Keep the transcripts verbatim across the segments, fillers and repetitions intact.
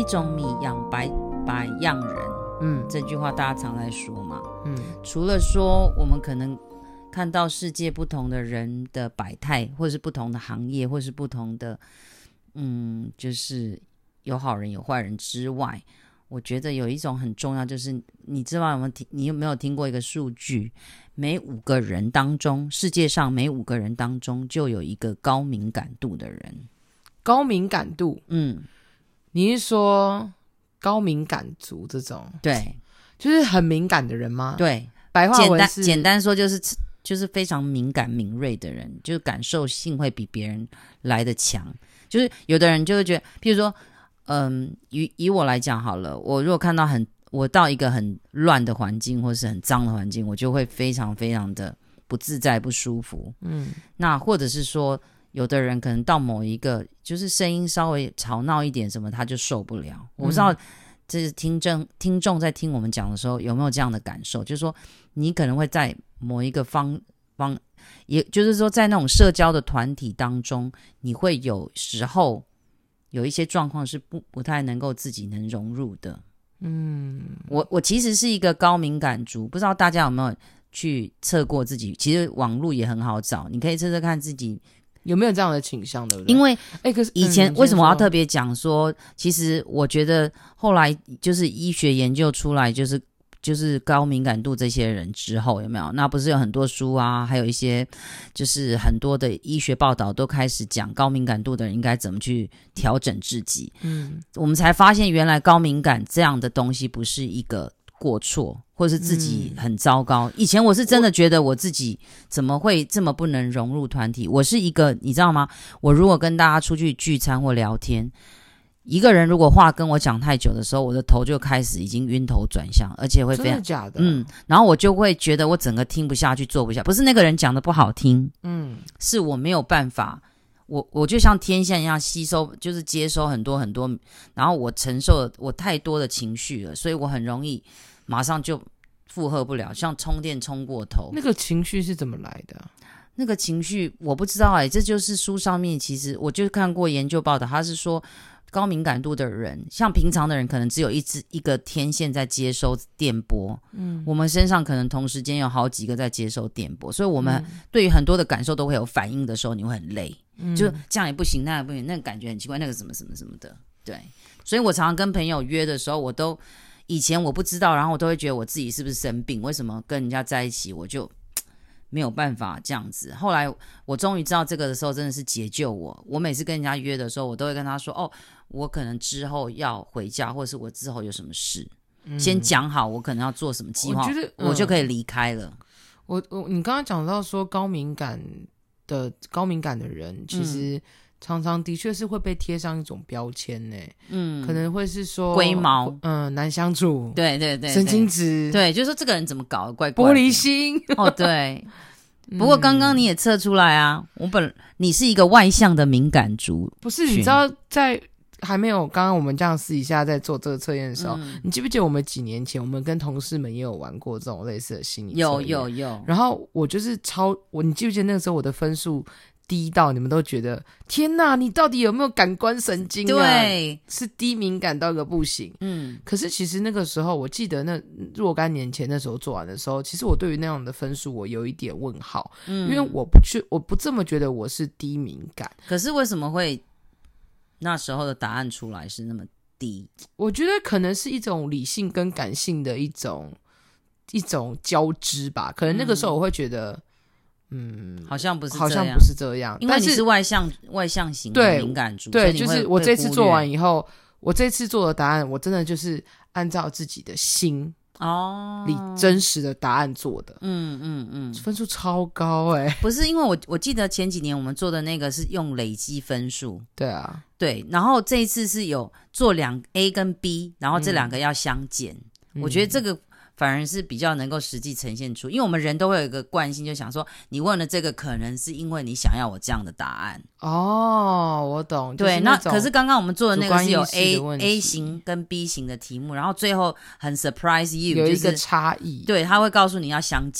种米养百百样人，嗯，这句话大家常在说嘛，嗯，除了说我们可能看到世界不同的人的百态，或是不同的行业，或是不同的，嗯，就是有好人有坏人之外，我觉得有一种很重要，就是你知道有没有听？你有没有听过一个数据？每五个人当中，世界上每五个人当中就有一个高敏感度的人。 高敏感度，嗯，你是说高敏感族这种？ 对， 就是很敏感的人吗？ 对， 白话文是简单简单说就是就是非常敏感敏锐的人，就是感受性会比别人来得强。就是有的人就会觉得，譬如说，嗯，以以我来讲好了，我如果看到很我到一个很乱的环境或是很脏的环境，我就会非常非常的不自在不舒服。嗯，那或者是说有的人可能到某一个就是声音稍微吵闹一点什么他就受不了。我不知道这是听众听众在听我们讲的时候有没有这样的感受，就是说你可能会在某一个方方也就是说在那种社交的团体当中，你会有时候有一些状况是不不太能够自己能融入的。嗯，我我其实是一个高敏感族，不知道大家有没有去测过自己？其实网络也很好找，你可以测测看自己有没有这样的倾向，对不对？ 因为哎，可是以前、嗯、为什么我要特别讲说？其实我觉得后来就是医学研究出来，就是就是高敏感度这些人之后，有没有？那不是有很多书啊，还有一些就是很多的医学报道都开始讲高敏感度的人应该怎么去调整自己。嗯，我们才发现原来高敏感这样的东西不是一个过错，或是自己很糟糕、嗯、以前我是真的觉得我自己怎么会这么不能融入团体。我是一个你知道吗，我如果跟大家出去聚餐或聊天，一个人如果话跟我讲太久的时候，我的头就开始已经晕头转向，而且会非常真的假的？ 嗯，然后我就会觉得我整个听不下去做不下，不是那个人讲的不好听，嗯，是我没有办法，我我就像天线一样吸收，就是接收很多很多，然后我承受了我太多的情绪了，所以我很容易马上就负荷不了，像充电充过头。 那个情绪是怎么来的？ 那个情绪我不知道哎、欸，这就是书上面其实我就看过研究报道，他是说高敏感度的人，像平常的人可能只有一支一个天线在接收电波，嗯，我们身上可能同时间有好几个在接收电波，所以我们对于很多的感受都会有反应的时候，你会很累，嗯，就这样也不行，那也不行，那个感觉很奇怪，那个什么什么什么的，对，所以我常常跟朋友约的时候，我都以前我不知道，然后我都会觉得我自己是不是生病，为什么跟人家在一起我就没有办法这样子。后来我终于知道这个的时候，真的是解救我。我每次跟人家约的时候，我都会跟他说：“哦，我可能之后要回家，或者是我之后有什么事，嗯、先讲好，我可能要做什么计划，我觉得、嗯、我就可以离开了。 我”我你刚刚讲到说高敏感的高敏感的人，其实、嗯。常常的确是会被贴上一种标签呢，嗯，可能会是说龟毛， 嗯，难相处， 对对 对, 对， 神经质， 对，就是说这个人怎么搞，怪怪的，玻璃心， 哦，对。不过刚刚你也测出来啊，我本你是一个外向的敏感族， 不是？你知道在还没有刚刚我们这样私底下在做这个测验的时候、嗯，你记不记得我们几年前我们跟同事们也有玩过这种类似的心理测验？ 有有有。然后我就是超我，你记不记得那个时候我的分数低到你们都觉得天哪，你到底有没有感官神经啊？ 对， 是低敏感到一个不行。嗯，可是其实那个时候，我记得那若干年前那时候做完的时候，其实我对于那样的分数我有一点问号，嗯，因为我不去，我不这么觉得我是低敏感。 可是为什么会那时候的答案出来是那么低？ 我觉得可能是一种理性跟感性的一种一种交织吧。可能那个时候我会觉得。嗯嗯，好像不是这样， 好像不是这样， 因为你是外向外向型的敏感族， 对，就是我这次做完以后，我这次做的答案，我真的就是按照自己的心哦里真实的答案做的，嗯嗯嗯，分数超高哎、欸， 不是因为我我记得前几年我们做的那个是用累积分数， 对啊， 对，然后这一次是有做两 A 跟 B， 然后这两个要相减、嗯，我觉得这个。反而是比较能够实际呈现出，因为我们人都会有一个惯性，就想说你问了这个可能是因为你想要我这样的答案。 哦，我懂。 对， 就是、 那可是刚刚我们做的那个是有 A A 型跟 B 型的题目，然后最后很 surprise you， 有一个差异。 对，他会告诉你要相减。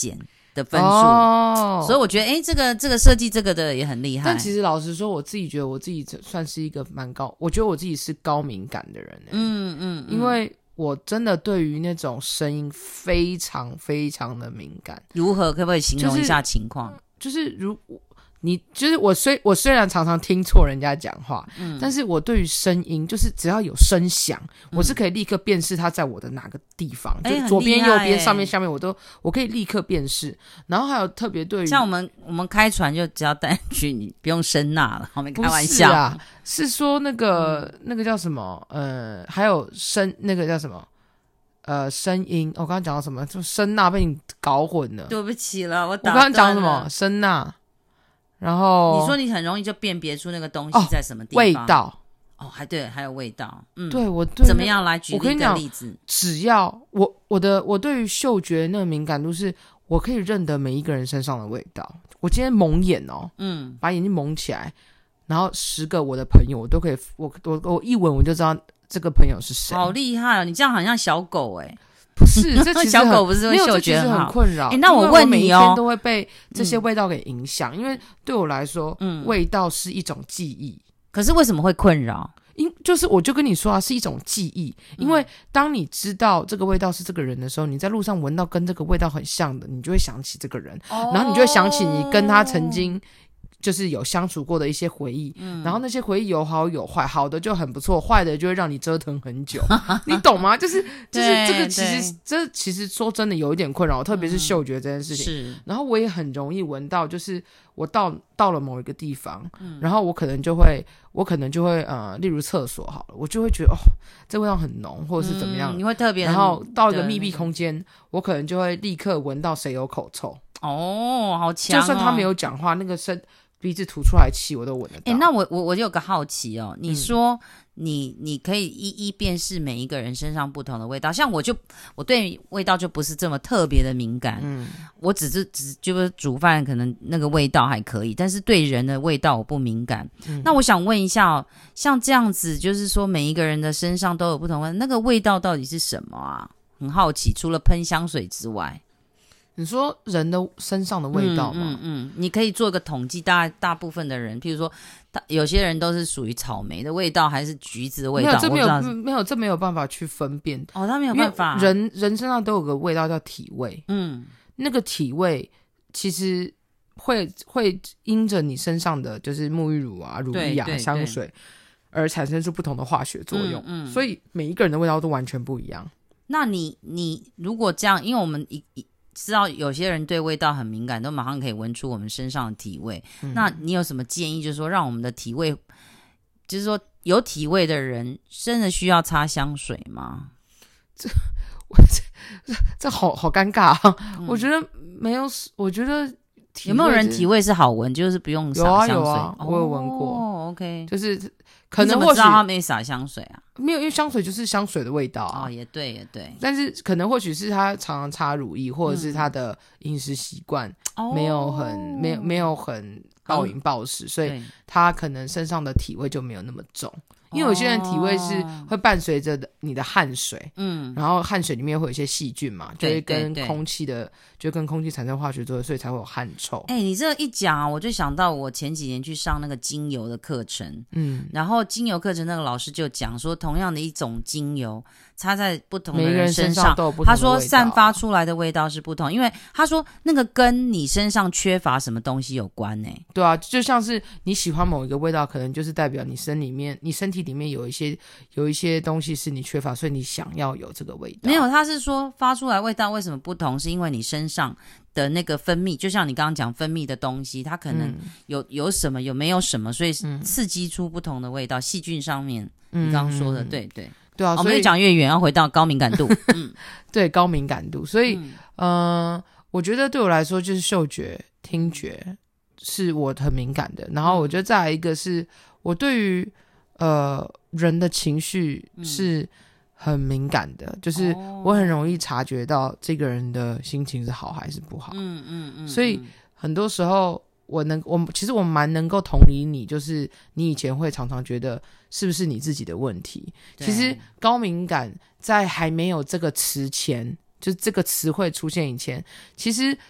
的分数， 哦， 所以我觉得哎，这个这个设计这个的也很厉害。 但其实老实说，我自己觉得我自己算是一个蛮高，我觉得我自己是高敏感的人、欸、 嗯嗯， 因为我真的对于那种声音非常非常的敏感。 如何可不可以形容一下情况？ 就是、就是、如你就是我虽我虽然常常听错人家讲话、嗯，但是我对于声音就是只要有声响、嗯，我是可以立刻辨识它在我的哪个地方，欸、就左边、右边、上面、下面，我都我可以立刻辨识。然后还有特别对于像我们我们开船就只要带去，你不用声呐了，我们开玩笑不是啊，是说那个、嗯、那个叫什么呃，还有声那个叫什么呃声音，我刚刚讲到什么？就声呐被你搞混了， 对不起了，我打断了。我刚刚讲什么？声呐。然后你说你很容易就辨别出那个东西在什么地方， 哦、味道哦，还对，还有味道，嗯， 对我对怎么样来举例的例子？ 只要我我的我对于嗅觉那个敏感度是，我可以认得每一个人身上的味道。我今天蒙眼哦，嗯，把眼睛蒙起来，然后十个我的朋友我都可以，我我我一闻我就知道这个朋友是谁， 好厉害哦！你这样好像小狗哎、欸。 不是，这其实小狗不是会嗅觉很好， 很困扰。 欸、那我问你哦， 每一天都会被这些味道给影响、嗯，因为对我来说、嗯，味道是一种记忆。 可是为什么会困扰？ 因就是我就跟你说啊，是一种记忆。因为当你知道这个味道是这个人的时候，你在路上闻到跟这个味道很像的，你就会想起这个人，哦、然后你就会想起你跟他曾经。就是有相处过的一些回忆、嗯、然后那些回忆有好有坏，好的就很不错，坏的就会让你折腾很久你懂吗？就是就是这个其实这其实说真的有一点困扰，特别是嗅觉这件事情、嗯、然后我也很容易闻到，就是我到到了某一个地方、嗯、然后我可能就会我可能就会呃，例如厕所好了，我就会觉得哦，这味道很浓或者是怎么样、 嗯、你会特别， 然后到一个密闭空间，我可能就会立刻闻到谁有口臭哦，好强哦， 就算他没有讲话，那个声鼻子吐出来气我都闻得到。 哎、欸，那我我我有个好奇哦，你说你、嗯、你可以一一辨识每一个人身上不同的味道，像我就我对味道就不是这么特别的敏感，嗯，我只是只就是煮饭可能那个味道还可以，但是对人的味道我不敏感。嗯、那我想问一下哦，像这样子，就是说每一个人的身上都有不同的那个味道，到底是什么啊？很好奇，除了喷香水之外。 你说人的身上的味道吗？ 嗯 嗯, 嗯，你可以做个统计，大大部分的人，譬如说，有些人都是属于草莓的味道，还是橘子的味道？ 没有，这没有，没有，这没有办法去分辨。 哦，他没有办法。 人人身上都有个味道叫体味，嗯，那个体味其实会会因着你身上的就是沐浴乳啊、乳液啊、香水而产生出不同的化学作用，嗯，嗯，所以每一个人的味道都完全不一样。 那你你如果这样，因为我们一一。知道有些人对味道很敏感，都马上可以闻出我们身上的体味、嗯、那你有什么建议，就是说让我们的体味，就是说有体味的人真的需要擦香水吗？ 这我这这好好尴尬啊、嗯、我觉得没有，我觉得有没有人体味是好闻，就是不用洒香水？ 有啊有啊，我有闻过、 哦、OK， 就是可能或许你怎么知道他没洒香水啊？ 没有，因为香水就是香水的味道啊。 哦，也对，也对。 但是可能或许是他常常擦乳液，或者是他的饮食习惯没有很、哦、没有没有很暴饮暴食，所以他可能身上的体味就没有那么重。因为有些人体味是会伴随着你的汗水，嗯，然后汗水里面会有一些细菌嘛，就会跟空气的，就跟空气产生化学作用，所以才会有汗臭。 哎、欸，你这一讲啊，我就想到我前几年去上那个精油的课程，嗯，然后精油课程那个老师就讲说，同样的一种精油擦在不同的人身上， 每个人身上都有不同的味道啊， 他说散发出来的味道是不同，因为他说那个跟你身上缺乏什么东西有关呢、欸？ 对啊，就像是你喜欢某一个味道，可能就是代表你身里面，你身体里面有一些有一些东西是你缺乏，所以你想要有这个味道。 没有，他是说发出来味道为什么不同，是因为你身上的那个分泌，就像你刚刚讲分泌的东西，它可能有、嗯、有什么有没有什么，所以刺激出不同的味道。细菌上面，嗯、你刚刚说的，对对对啊， 我们越讲越远，要回到高敏感度。嗯， 对，高敏感度，所以嗯、呃，我觉得对我来说就是嗅觉、听觉是我很敏感的，然后我觉得再来一个是我对于呃人的情绪是很敏感的、嗯、就是我很容易察觉到这个人的心情是好还是不好。嗯嗯嗯，所以很多时候我能我其实我蛮能够同理你，就是你以前会常常觉得是不是你自己的问题。其实高敏感在还没有这个词前，就是这个词汇出现以前，其实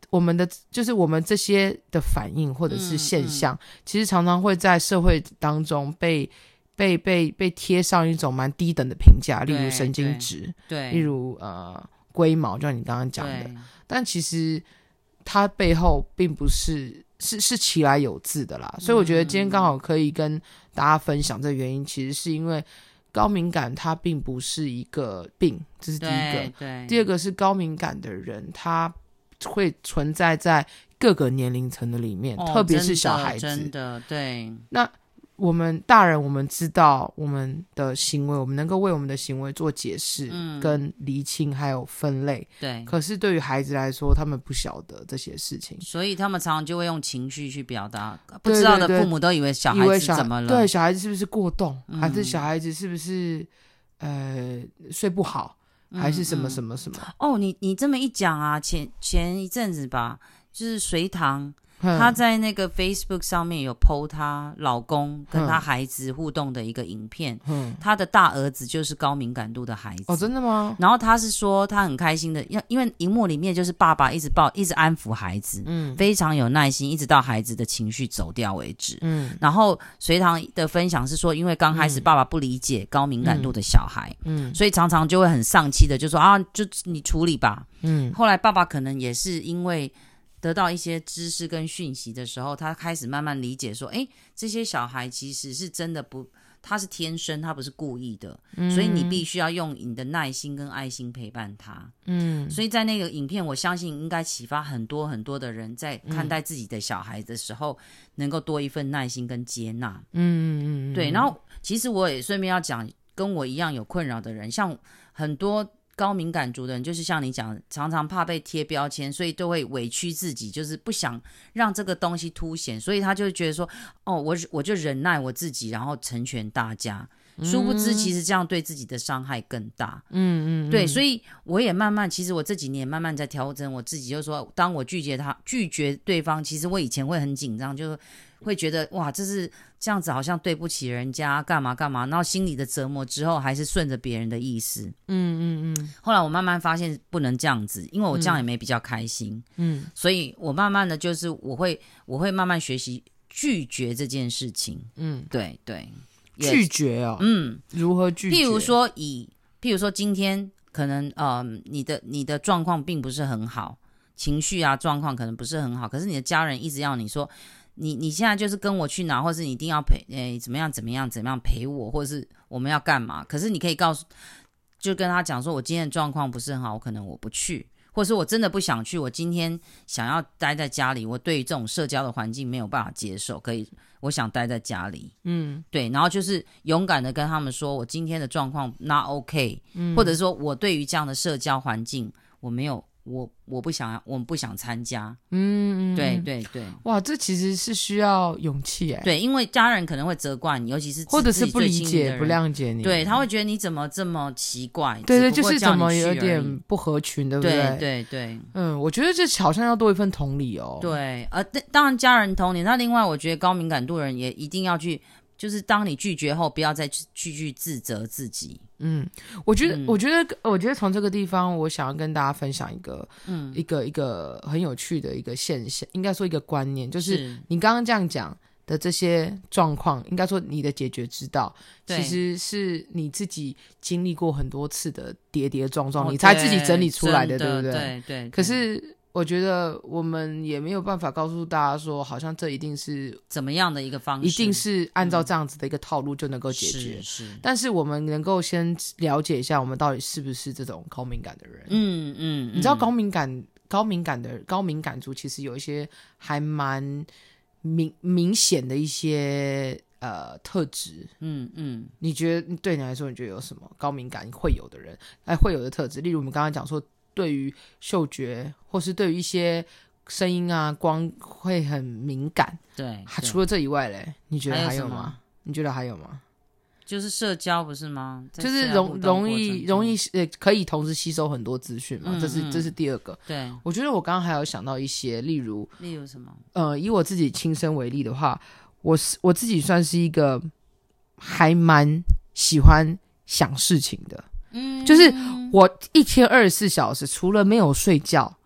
我们的就是我们这些的反应或者是现象，嗯嗯、其实常常会在社会当中被被被被贴上一种蛮低等的评价，例如神经质， 对， 例如呃龟毛，就像你刚刚讲的，但其实它背后并不是是是其来有自的啦，所以我觉得今天刚好可以跟大家分享这个原因，其实是因为高敏感它并不是一个病，这是第一个， 对， 第二个是高敏感的人他会存在在各个年龄层的里面， 哦、 特别是小孩子， 真的对。 那我们大人，我们知道我们的行为，我们能够为我们的行为做解释、嗯、跟厘清还有分类， 对。 可是对于孩子来说，他们不晓得这些事情， 所以他们常常就会用情绪去表达，不知道的父母都以为小孩子怎么了， 对，小孩子是不是过动、嗯、还是小孩子是不是呃睡不好，还是什么什么什么、 嗯嗯、哦，你你这么一讲啊，前前一阵子吧，就是隋棠她在那个 Facebook 上面有 po 她老公跟她孩子互动的一个影片，嗯，她的大儿子就是高敏感度的孩子。 哦，真的吗？ 然后她是说她很开心的，因为荧幕里面就是爸爸一直抱一直安抚孩子，嗯，非常有耐心，一直到孩子的情绪走掉为止，嗯。然后隋棠的分享是说，因为刚开始爸爸不理解高敏感度的小孩，嗯，所以常常就会很丧气的就说啊，就你处理吧，嗯。后来爸爸可能也是因为得到一些知识跟讯息的时候，他开始慢慢理解说，哎，这些小孩其实是真的不，他是天生，他不是故意的，嗯，所以你必须要用你的耐心跟爱心陪伴他。嗯，所以在那个影片，我相信应该启发很多很多的人在看待自己的小孩的时候，嗯，能够多一份耐心跟接纳。嗯嗯嗯，对。然后其实我也顺便要讲，跟我一样有困扰的人，像很多高敏感族的人，就是像你讲，常常怕被贴标签，所以都会委屈自己，就是不想让这个东西凸显，所以他就觉得说，哦，我我就忍耐我自己，然后成全大家。殊不知，其实这样对自己的伤害更大。嗯嗯，对，所以我也慢慢，其实我这几年慢慢在调整我自己，就是说，当我拒绝他、拒绝对方，其实我以前会很紧张，就会觉得哇，这是这样子，好像对不起人家，干嘛干嘛，然后心里的折磨之后，还是顺着别人的意思。嗯嗯嗯。后来我慢慢发现不能这样子，因为我这样也没比较开心。嗯，所以我慢慢的就是我会我会慢慢学习拒绝这件事情。嗯，对对。 拒绝哦，嗯，如何拒绝？ 譬如说以，譬如说今天可能呃，你的你的状况并不是很好，情绪啊状况可能不是很好，可是你的家人一直要你说，你你现在就是跟我去哪，或是你一定要陪，诶怎么样怎么样怎么样陪我，或者是我们要干嘛？可是你可以告诉，就跟他讲说，我今天的状况不是很好，我可能我不去。或是我真的不想去，我今天想要待在家里，我对于这种社交的环境没有办法接受，可以，我想待在家里，嗯，对，然后就是勇敢的跟他们说，我今天的状况 not OK，嗯，或者说我对于这样的社交环境，我没有，我我不想要，我们不想参加，嗯，嗯对对对， 哇，这其实是需要勇气哎， 对，因为家人可能会责怪你，尤其是或者是不理解、不谅解你， 对，他会觉得你怎么这么奇怪， 对对，就是怎么有点不合群，对不对？ 对对对， 嗯，我觉得这好像要多一份同理哦。 对，呃，当然家人同理，那另外我觉得高敏感度的人也一定要去。就是当你拒绝后，不要再去去自责自己。嗯， 我觉得，嗯、我觉得，我觉得从这个地方，我想要跟大家分享一个，嗯，一个一个很有趣的一个现象，应该说一个观念，就是你刚刚这样讲的这些状况，应该说你的解决之道，其实是你自己经历过很多次的跌跌撞撞，哦、你才自己整理出来的，对不对？ 对 对, 对。 可是。我觉得我们也没有办法告诉大家说，好像这一定是怎么样的一个方式， 一定是按照这样子的一个套路就能够解决。 嗯、是, 是， 但是我们能够先了解一下，我们到底是不是这种高敏感的人。嗯嗯，你知道高敏感、高敏感的高敏感族其实有一些还蛮明明显的一些呃特质。嗯嗯，你觉得对你来说，你觉得有什么高敏感会有的人，哎会有的特质？例如我们刚刚讲说。对于嗅觉或是对于一些声音啊光会很敏感， 对， 除了这以外嘞，你觉得还有吗？你觉得还有吗？ 就是社交不是吗？ 就是容容易容易呃可以同时吸收很多资讯嘛，嗯、这是这是第二个。 对， 我觉得我刚刚还有想到一些，例如例如什么？ 呃，以我自己亲身为例的话，我是我自己算是一个还蛮喜欢想事情的。嗯，就是我一天二十四小时，除了没有睡觉，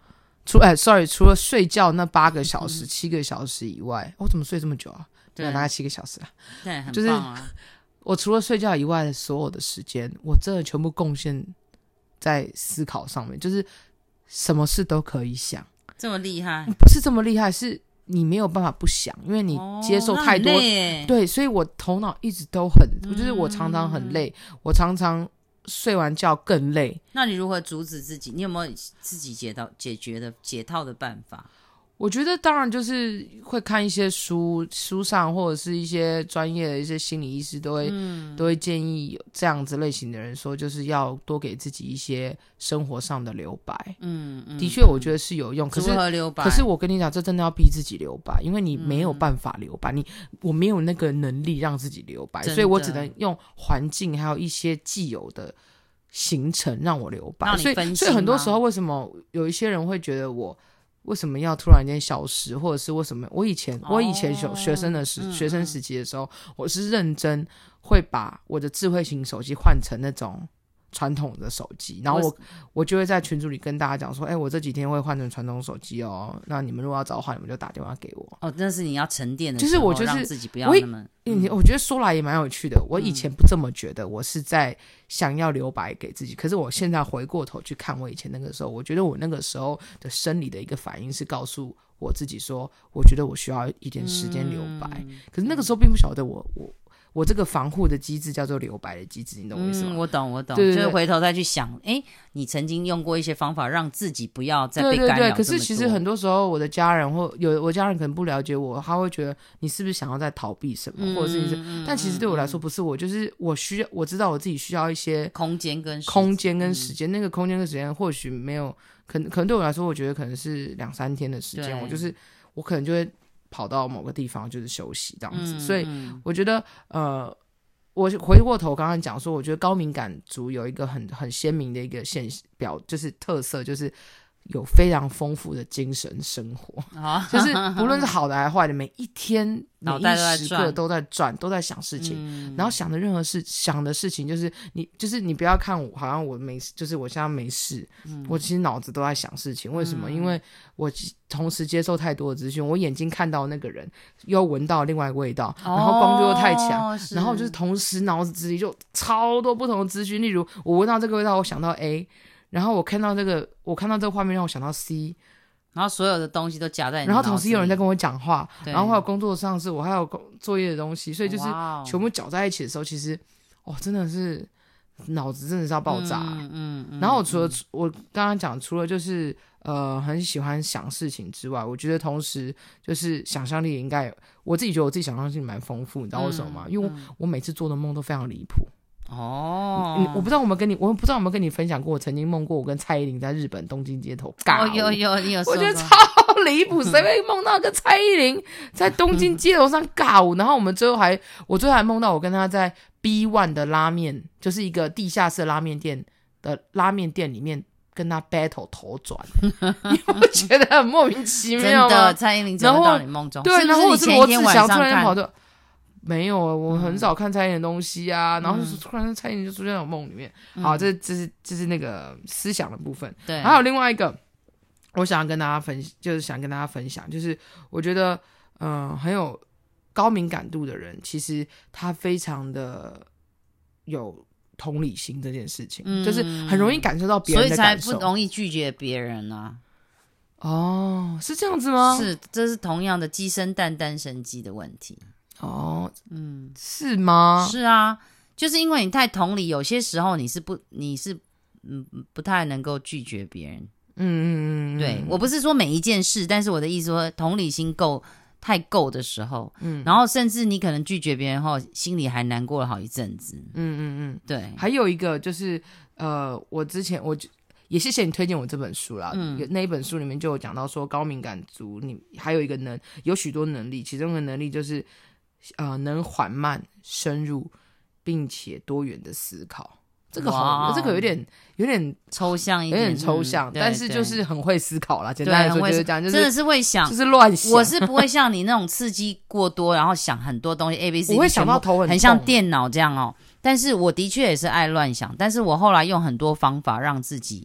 除哎，sorry，除了睡觉那八个小时、七个小时以外，我、哦、怎么睡这么久啊？对，大概七个小时啊。 对，很棒啊。 就是我除了睡觉以外的所有的时间，我真的全部贡献在思考上面，就是什么事都可以想。 这么厉害？ 不是这么厉害，是你没有办法不想，因为你接受太多。 哦、 对，所以我头脑一直都很，嗯、就是我常常很累，我常常睡完觉更累。 那你如何阻止自己？你有没有自己解到解决的解套的办法？ 我觉得当然就是会看一些书，书上或者是一些专业的一些心理医师都会、嗯、都会建议有这样子类型的人说，就是要多给自己一些生活上的留白。嗯，嗯的确我觉得是有用。嗯、可是如何留白？ 可是我跟你讲，这真的要逼自己留白，因为你没有办法留白，嗯、你我没有那个能力让自己留白，所以我只能用环境还有一些既有的行程让我留白。所以所以很多时候为什么有一些人会觉得我为什么要突然间消失，或者是为什么我以前、哦、我以前学生的时、嗯、学生时期的时候，我是认真会把我的智慧型手机换成那种传统的手机，然后我 我, 我就会在群组里跟大家讲说，哎、欸，我这几天会换成传统手机哦，那你们如果要找换，你们就打电话给我。 哦，那是你要沉淀的时候， 就是我就是让自己不要那么。 嗯、我觉得说来也蛮有趣的，我以前不这么觉得，我是在想要留白给自己，可是我现在回过头去看我以前那个时候，我觉得我那个时候的生理的一个反应是告诉我自己说，我觉得我需要一点时间留白、嗯、可是那个时候并不晓得我我我这个防护的机制叫做留白的机制，你懂我意思吗？ 嗯，我懂我懂， 对对对， 就是回头再去想，哎，你曾经用过一些方法让自己不要再被干扰这么多。对对对， 可是其实很多时候我的家人或有我家人可能不了解我，他会觉得你是不是想要在逃避什么，嗯、或者是你是、嗯、但其实对我来说不是，我就是我需要，我知道我自己需要一些空间跟空间跟时间、嗯、那个空间跟时间或许没有，可能可能对我来说，我觉得可能是两三天的时间，我就是我可能就会跑到某个地方就是休息这样子，嗯、所以我觉得呃。我回过头刚刚讲说，我觉得高敏感族有一个很很鲜明的一个线表，就是特色，就是有非常丰富的精神生活，哦、就是不论是好的还是坏的，每一天每一时刻都在转，都在想事情，嗯、然后想的任何事想的事情，就是你就是你不要看我好像我没事，就是我现在没事，嗯、我其实脑子都在想事情。为什么？嗯、因为我同时接受太多的资讯，我眼睛看到那个人，又闻到另外一个味道，然后光度又太强，哦、然后就是同时脑子里就超多不同的资讯。例如我闻到这个味道，我想到 A。然后我看到这个，我看到这个画面让我想到 C， 然后所有的东西都夹在你脑子里， 然后同时有人在跟我讲话，然后还有工作上是我还有作业的东西，所以就是全部搅在一起的时候，其实哦真的是脑子真的是要爆炸。嗯嗯嗯、然后我除了、嗯、我刚刚讲，除了就是呃很喜欢想事情之外，我觉得同时就是想象力也应该，我自己觉得我自己想象力蛮丰富，你知道为什么吗？嗯、因为 我,、嗯、我每次做的梦都非常离谱。哦、嗯，我不知道我们跟你，我不知道我们跟你分享过，我曾经梦过我跟蔡依林在日本东京街头尬舞。哦， 有有，你有说过。 我觉得超离谱，谁会梦到跟蔡依林在东京街头上尬舞？然后我们最后还，我最后还梦到我跟他在 B 一 的拉面，就是一个地下室拉面店的拉面店里面跟他 battle 头转，你不觉得很莫名其妙吗？ 真的，蔡依林怎么到你梦中？ 对， 是然后我是罗志祥突然间跑到。 没有，我很少看蔡依林的东西啊，嗯、然后就是突然蔡依林就出现在我梦里面。嗯、好，这这是这是那个思想的部分。对，还有另外一个，我想要跟大家分，就是想跟大家分享，就是我觉得，嗯、呃，很有高敏感度的人，其实他非常的有同理心这件事情，嗯、就是很容易感受到别人的感受， 所以才不容易拒绝别人啊。 哦，是这样子吗？ 是，这是同样的鸡生蛋，蛋生鸡的问题。 哦，嗯，是吗？ 是啊，就是因为你太同理，有些时候你是不，你是嗯不太能够拒绝别人。嗯嗯嗯，对，我不是说每一件事，但是我的意思说，同理心够太够的时候，嗯，然后甚至你可能拒绝别人后，心里还难过了好一阵子。嗯嗯嗯，对。 还有一个就是呃，我之前我也谢谢你推荐我这本书啦，嗯、那一本书里面就有讲到说，高敏感族你还有一个能有许多能力，其中的能力就是。呃，能缓慢、深入，并且多元的思考，这个好，这个有点有点抽象一点，有点抽象，嗯、但是就是很会思考啦。简单来说就是这样，就是真的是会想， 就是乱想。 我是不会像你那种刺激过多，然后想很多东西 A B C， 我会想到头很痛， 很像电脑这样哦。但是我的确也是爱乱想，但是我后来用很多方法让自己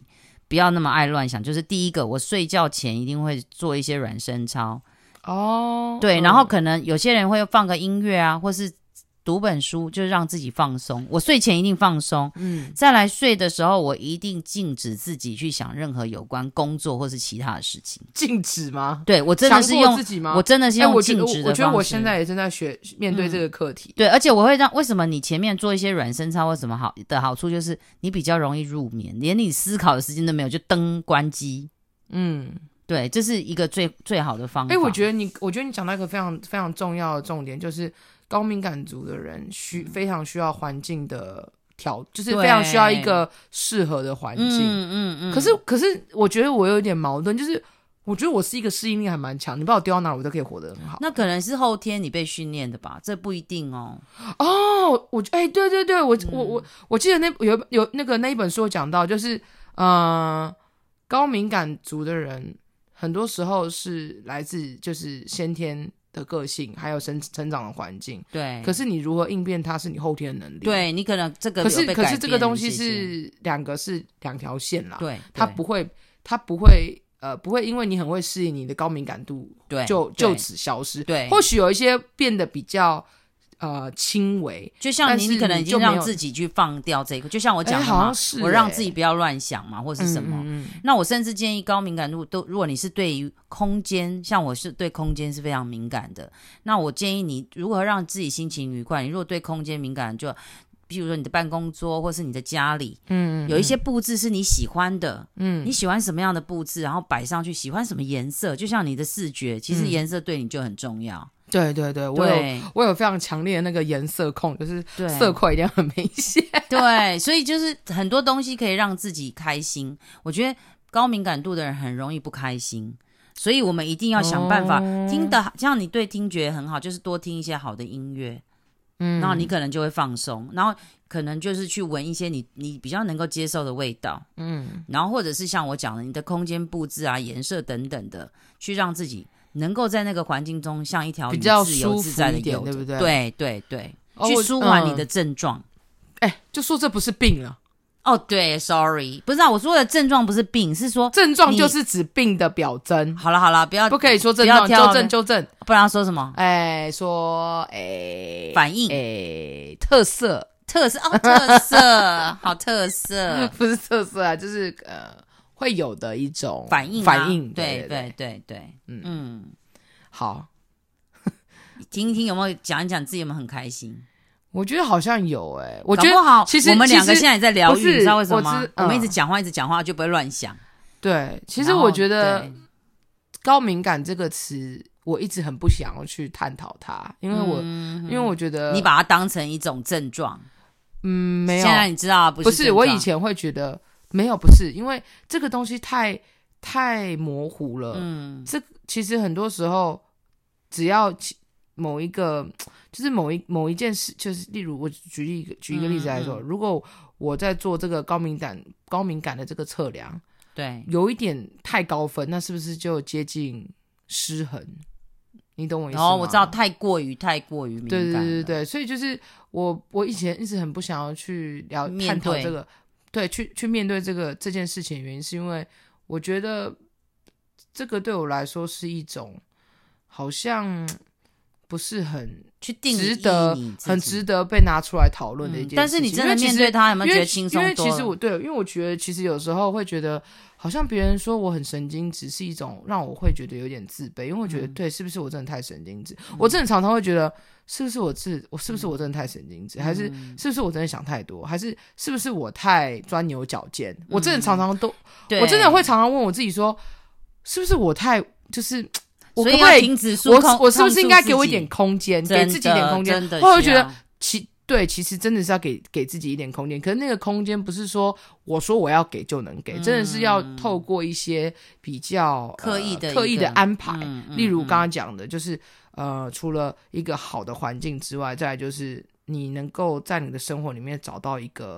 不要那么爱乱想。就是第一个，我睡觉前一定会做一些软身操哦， 对， 嗯然后可能有些人会放个音乐啊，或是读本书，就让自己放松。我睡前一定放松，嗯，再来睡的时候，我一定禁止自己去想任何有关工作或是其他的事情。 禁止吗？ 对，我真的是用自己吗？ 我真的是用禁止的方式。 欸、我, 我觉得我现在也正在学面对这个课题、 嗯。对，而且我会让为什么你前面做一些软身操或什么好的好处，就是你比较容易入眠，连你思考的时间都没有，就灯关机。嗯。对，这是一个最最好的方法。 哎、欸，我觉得你，我觉得你讲到一个非常非常重要的重点，就是高敏感族的人需非常需要环境的调，就是非常需要一个适合的环境。嗯嗯嗯。可是，可是，我觉得我有点矛盾，就是我觉得我是一个适应力还蛮强，你把我丢到哪，我都可以活得很好。 那可能是后天你被训练的吧，这不一定哦。 哦，我哎、欸，对对对，我、嗯、我我我记得那有有那个那一本书有讲到，就是呃，高敏感族的人。很多时候是来自就是先天的个性，还有生成长的环境。对，可是你如何应变它，是你后天的能力。 对，你可能这个可是有被改变， 可是这个东西是两个是两条线啦。 对， 它不会，它不会，呃，不会因为你很会适应，你的高敏感度对就就此消失。 对， 或许有一些变得比较。呃，轻微， 就像你，你可能已经让自己去放掉这个，就像我讲的嘛， 欸欸、 我让自己不要乱想嘛，或是什么。嗯嗯嗯，那我甚至建议高敏感度都，如果你是对于空间，像我是对空间是非常敏感的，那我建议你如何让自己心情愉快。你如果对空间敏感，就譬如说你的办公桌或是你的家里，嗯, 嗯, 嗯，有一些布置是你喜欢的，嗯，你喜欢什么样的布置，然后摆上去，喜欢什么颜色，就像你的视觉，其实颜色对你就很重要。嗯， 对对对，我有我有非常强烈的那个颜色控，就是色块一定要很明显。 对，所以就是很多东西可以让自己开心。我觉得高敏感度的人很容易不开心，所以我们一定要想办法、哦、听的，像你对听觉很好，就是多听一些好的音乐，嗯，然后你可能就会放松，然后可能就是去闻一些你你比较能够接受的味道，嗯，然后或者是像我讲的，你的空间布置啊、颜色等等的，去让自己能够在那个环境中像一条鱼自由自在的游， 对不对？ 对对对，哦、去舒缓你的症状。 哎、嗯欸，就说这不是病了。 哦，对 ，sorry， 不是啊，我说的症状不是病，是说症状就是指病的表征。 好了好了，不要不可以说症状，纠正纠正， 不然要说什么？ 哎，说哎反应， 哎特色特色哦，特色好特色， 不是特色啊，就是呃会有的一种反应、啊、 反应， 对对对对，嗯嗯， 好， 听一听有没有讲一讲自己有没有很开心？ 我觉得好像有哎、欸，我觉得好， 其实我们两个现在也在疗愈，你知道为什么吗？ 我, 我们一直讲话，一直讲话就不会乱想。 对，其实我觉得高敏感这个词，我一直很不想要去探讨它，因为我、嗯、因为我觉得你把它当成一种症状， 嗯，没有。 现在你知道不是？ 不是，我以前会觉得没有，不是，因为这个东西太太模糊了。嗯，这其实很多时候只要某一个。就是某一某一件事，就是例如我举例举一个例子来说，嗯嗯，如果我在做这个高敏感高敏感的这个测量， 对， 有一点太高分，那是不是就接近失衡？你懂我意思吗？ 哦，我知道，太过于太过于敏感了。 对对对对，所以就是我我以前一直很不想要去聊探讨这个，对，去去面对这个这件事情的原因，是因为我觉得这个对我来说是一种好像。不是很去定值得，很值得被拿出来讨论的一件事情、嗯。 但是你真的面对他，有没有觉得轻松多了？ 因为其实我对，因为我觉得其实有时候会觉得，好像别人说我很神经质，是一种让我会觉得有点自卑。因为我觉得，嗯、对，是不是我真的太神经质？嗯、我真的常常会觉得，是不是我自我是不是我真的太神经质？嗯、还是是不是我真的想太多？还是是不是我太钻牛角尖？嗯、我真的常常都，我真的会常常问我自己说，是不是我太就是？我可不可以停止诉控？我我是不是应该给我一点空间，给自己一点空间？我会觉得其对，其实真的是要给给自己一点空间。可是那个空间不是说我说我要给就能给，嗯、真的是要透过一些比较刻意的、 呃、刻意的安排。 嗯嗯、 例如刚刚讲的，就是呃，除了一个好的环境之外，再来就是你能够在你的生活里面找到一个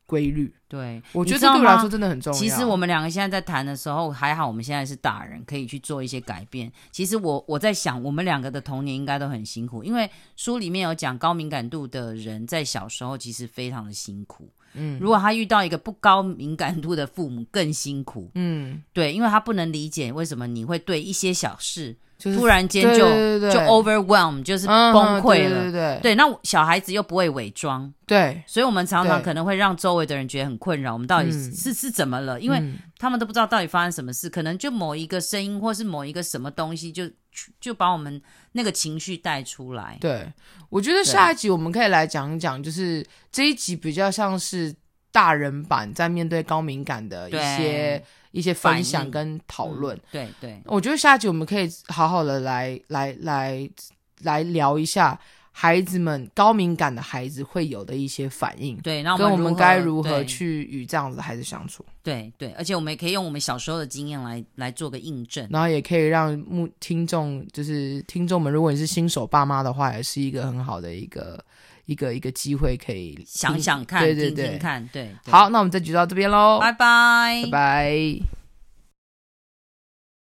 规律。 对， 我觉得这对我来说真的很重要。 其实我们两个现在在谈的时候，还好我们现在是大人，可以去做一些改变。其实我我在想，我们两个的童年应该都很辛苦，因为书里面有讲高敏感度的人在小时候其实非常的辛苦。嗯，如果他遇到一个不高敏感度的父母，更辛苦。嗯，对，因为他不能理解为什么你会对一些小事。就是、突然间就对对对对就 overwhelm 就是崩溃了、 嗯、对对 对, 对，那小孩子又不会伪装， 对， 所以我们常常可能会让周围的人觉得很困扰，我们到底是、嗯、是怎么了，因为他们都不知道到底发生什么事，可能就某一个声音或是某一个什么东西就就把我们那个情绪带出来。 对，我觉得下一集我们可以来讲一讲，就是这一集比较像是大人版在面对高敏感的一些一些分享跟讨论、嗯、 对对， 我觉得下一集我们可以好好的来来来来聊一下孩子们高敏感的孩子会有的一些反应， 对，那我们跟我们该如何去与这样子的孩子相处。 对对，而且我们也可以用我们小时候的经验来来做个印证， 然后也可以让听众就是听众们，如果你是新手爸妈的话，也是一个很好的一个一个一个机会，可以想想看， 对对对， 听听看，对， 好，那我们这集就到这边咯， 拜拜， 拜拜。